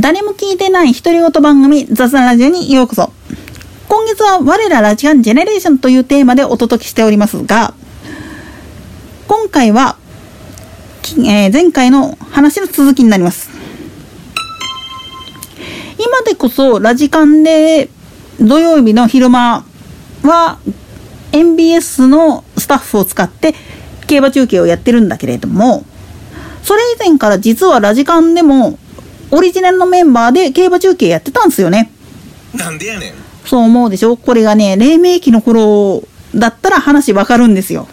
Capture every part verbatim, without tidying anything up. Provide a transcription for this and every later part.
誰も聞いてない独り言番組雑談ラジオにようこそ。今月は我らラジカンジェネレーションというテーマでお届けしておりますが、今回は、えー、前回の話の続きになります。今でこそラジカンで土曜日の昼間は エヌビーエス のスタッフを使って競馬中継をやってるんだけれども、それ以前から実はラジカンでもオリジナルのメンバーで競馬中継やってたんですよね。 なんでやねん。 そう思うでしょ。これがね、黎明期の頃だったら話わかるんですよ。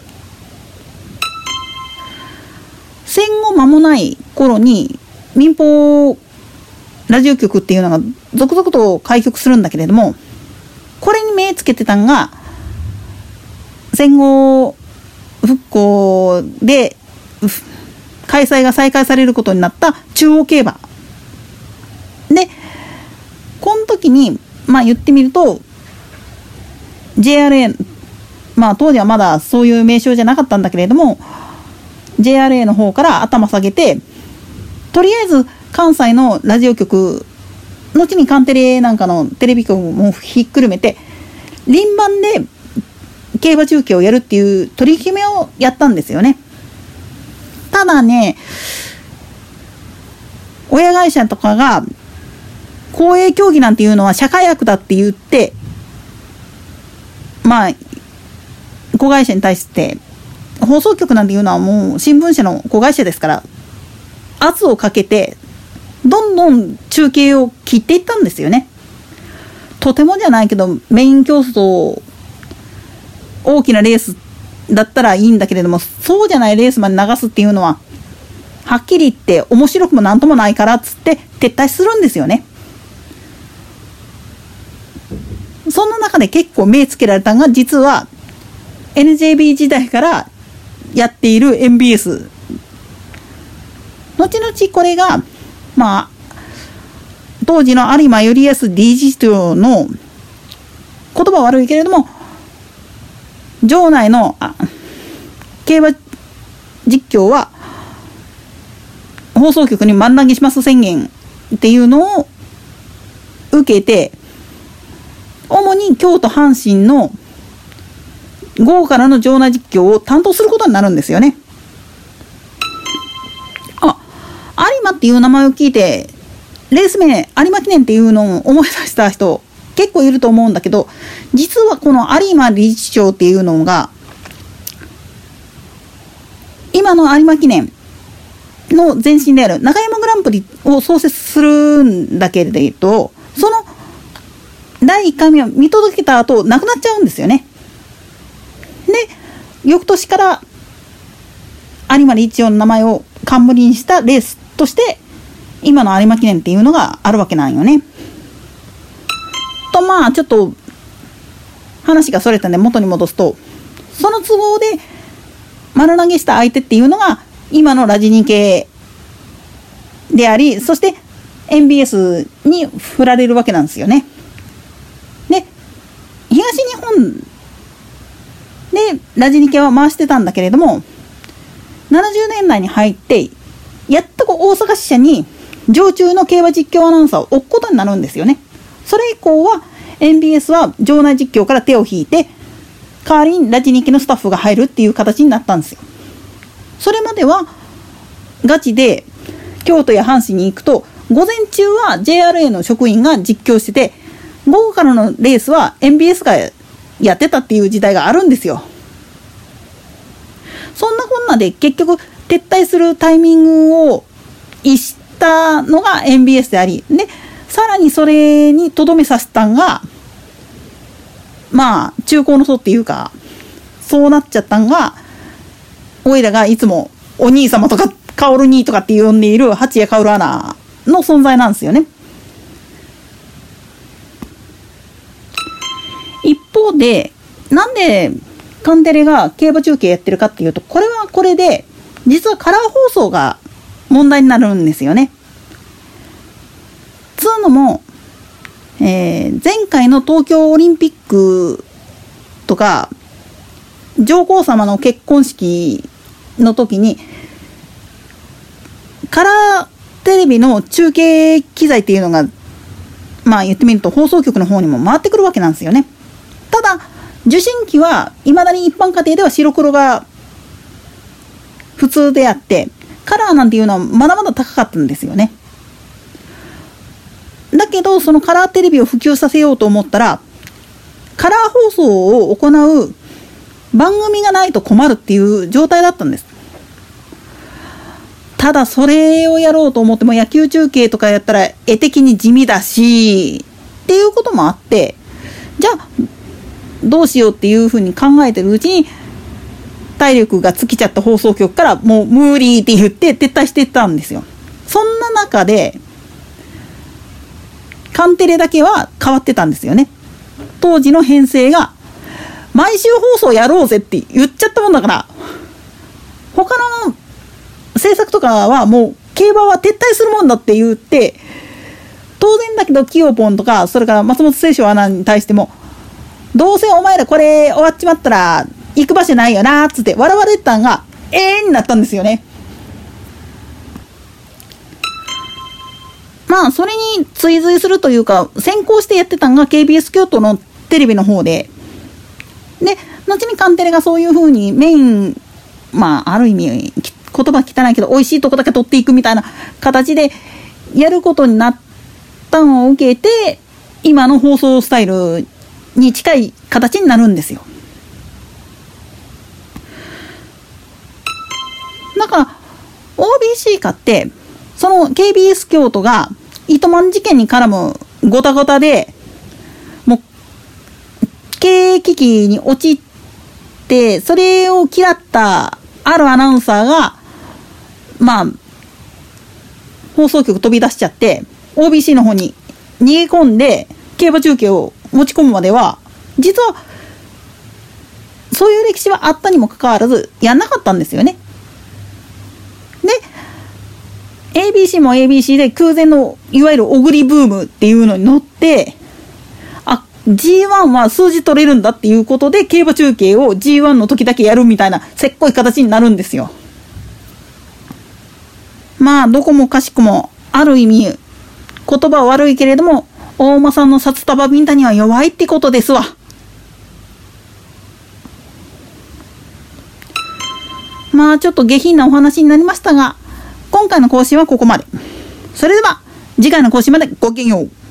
戦後間もない頃に民放ラジオ局っていうのが続々と開局するんだけれども、これに目つけてたんが戦後復興で開催が再開されることになった中央競馬で、この時にまあ言ってみると ジェイアールエー、 まあ当時はまだそういう名称じゃなかったんだけれども ジェイアールエー の方から頭下げて、とりあえず関西のラジオ局、後にカンテレなんかのテレビ局もひっくるめて輪番で競馬中継をやるっていう取り決めをやったんですよね。ただね、親会社とかが公営競技なんていうのは社会悪だって言って、まあ子会社に対して放送局なんていうのはもう新聞社の子会社ですから圧をかけてどんどん中継を切っていったんですよね。とてもじゃないけどメイン競争大きなレースだったらいいんだけれども、そうじゃないレースまで流すっていうのははっきり言って面白くもなんともないからっつって撤退するんですよね。そんな中で結構目つけられたのが実は エヌジェービー 時代からやっている エヌビーエス、 後々これがまあ当時の有馬頼康 ディージー 長の言葉悪いけれども場内の競馬実況は放送局に丸投げします宣言っていうのを受けて、主に京都阪神の午後からの場内実況を担当することになるんですよね。あ、有馬っていう名前を聞いてレース名有馬記念っていうのを思い出した人結構いると思うんだけど、実はこの有馬理事長っていうのが今の有馬記念の前身である中山グランプリを創設するんだけれど、そのだいいっかいめを見届けた後亡くなっちゃうんですよね。で翌年から有馬理事長の名前を冠にしたレースとして今の有馬記念っていうのがあるわけなんよね。とまあちょっと話がそれたんで元に戻すと、その都合で丸投げした相手っていうのが今のラジニ系であり、そして エヌビーエス に振られるわけなんですよね。で東日本でラジニ系は回してたんだけれども、ななじゅうねんだいに入ってやっとこう大阪支社に常駐の競馬実況アナウンサーを置くことになるんですよね。それ以降は エヌビーエス は場内実況から手を引いて代わりにラジニ系のスタッフが入るっていう形になったんですよ。それまではガチで京都や阪神に行くと午前中は ジェイアールエー の職員が実況してて、午後からのレースは エヌビーエス がやってたっていう時代があるんですよ。そんなこんなで結局撤退するタイミングを逸したのが エヌビーエス であり、でさらにそれにとどめさせたんがまあ中高の層っていうかそうなっちゃったんが、おいらがいつもお兄様とかカオル兄とかって呼んでいる八谷薫アナの存在なんですよね。一方でなんでカンテレが競馬中継やってるかっていうと、これはこれで実はカラー放送が問題になるんですよね。つうのも、えー、前回の東京オリンピックとか上皇様の結婚式の時にカラーテレビの中継機材っていうのが、まあ言ってみると放送局の方にも回ってくるわけなんですよね。ただ、受信機は未だに一般家庭では白黒が普通であって、カラーなんていうのはまだまだ高かったんですよね。だけど、そのカラーテレビを普及させようと思ったら、カラー放送を行う番組がないと困るっていう状態だったんです。ただそれをやろうと思っても野球中継とかやったら絵的に地味だしっていうこともあって、じゃあどうしようっていうふうに考えてるうちに体力が尽きちゃった放送局からもう無理って言って撤退していったんですよ。そんな中でカンテレだけは変わってたんですよね。当時の編成が毎週放送やろうぜって言っちゃったもんだから、他の制作とかはもう競馬は撤退するもんだって言って、当然だけどキヨポンとかそれから松本清張アナに対しても、どうせお前らこれ終わっちまったら行く場所ないよなっつって笑われてたんが永遠になったんですよね。まあそれに追随するというか先行してやってたのが ケービーエス 京都のテレビの方で、で後にカンテレがそういう風にメイン、まあある意味言葉汚いけど美味しいとこだけ取っていくみたいな形でやることになったのを受けて、今の放送スタイルに近い形になるんですよ。だから オービーシー 化ってその ケービーエス 京都が糸満事件に絡むごたごたでもう経営危機に陥って、それを嫌ったあるアナウンサーがまあ放送局飛び出しちゃって オービーシー の方に逃げ込んで競馬中継を持ち込むまでは実はそういう歴史はあったにもかかわらずやんなかったんですよね。で エービーシー も エービーシー で空前のいわゆるオグリブームっていうのに乗って、あ ジーワン は数字取れるんだっていうことで競馬中継を ジーワン の時だけやるみたいなせっこい形になるんですよ。まあどこもかしくもある意味言葉は悪いけれども大間さんの札束ビンタには弱いってことですわ。まあちょっと下品なお話になりましたが、今回の更新はここまで。それでは次回の更新までごきげんよう。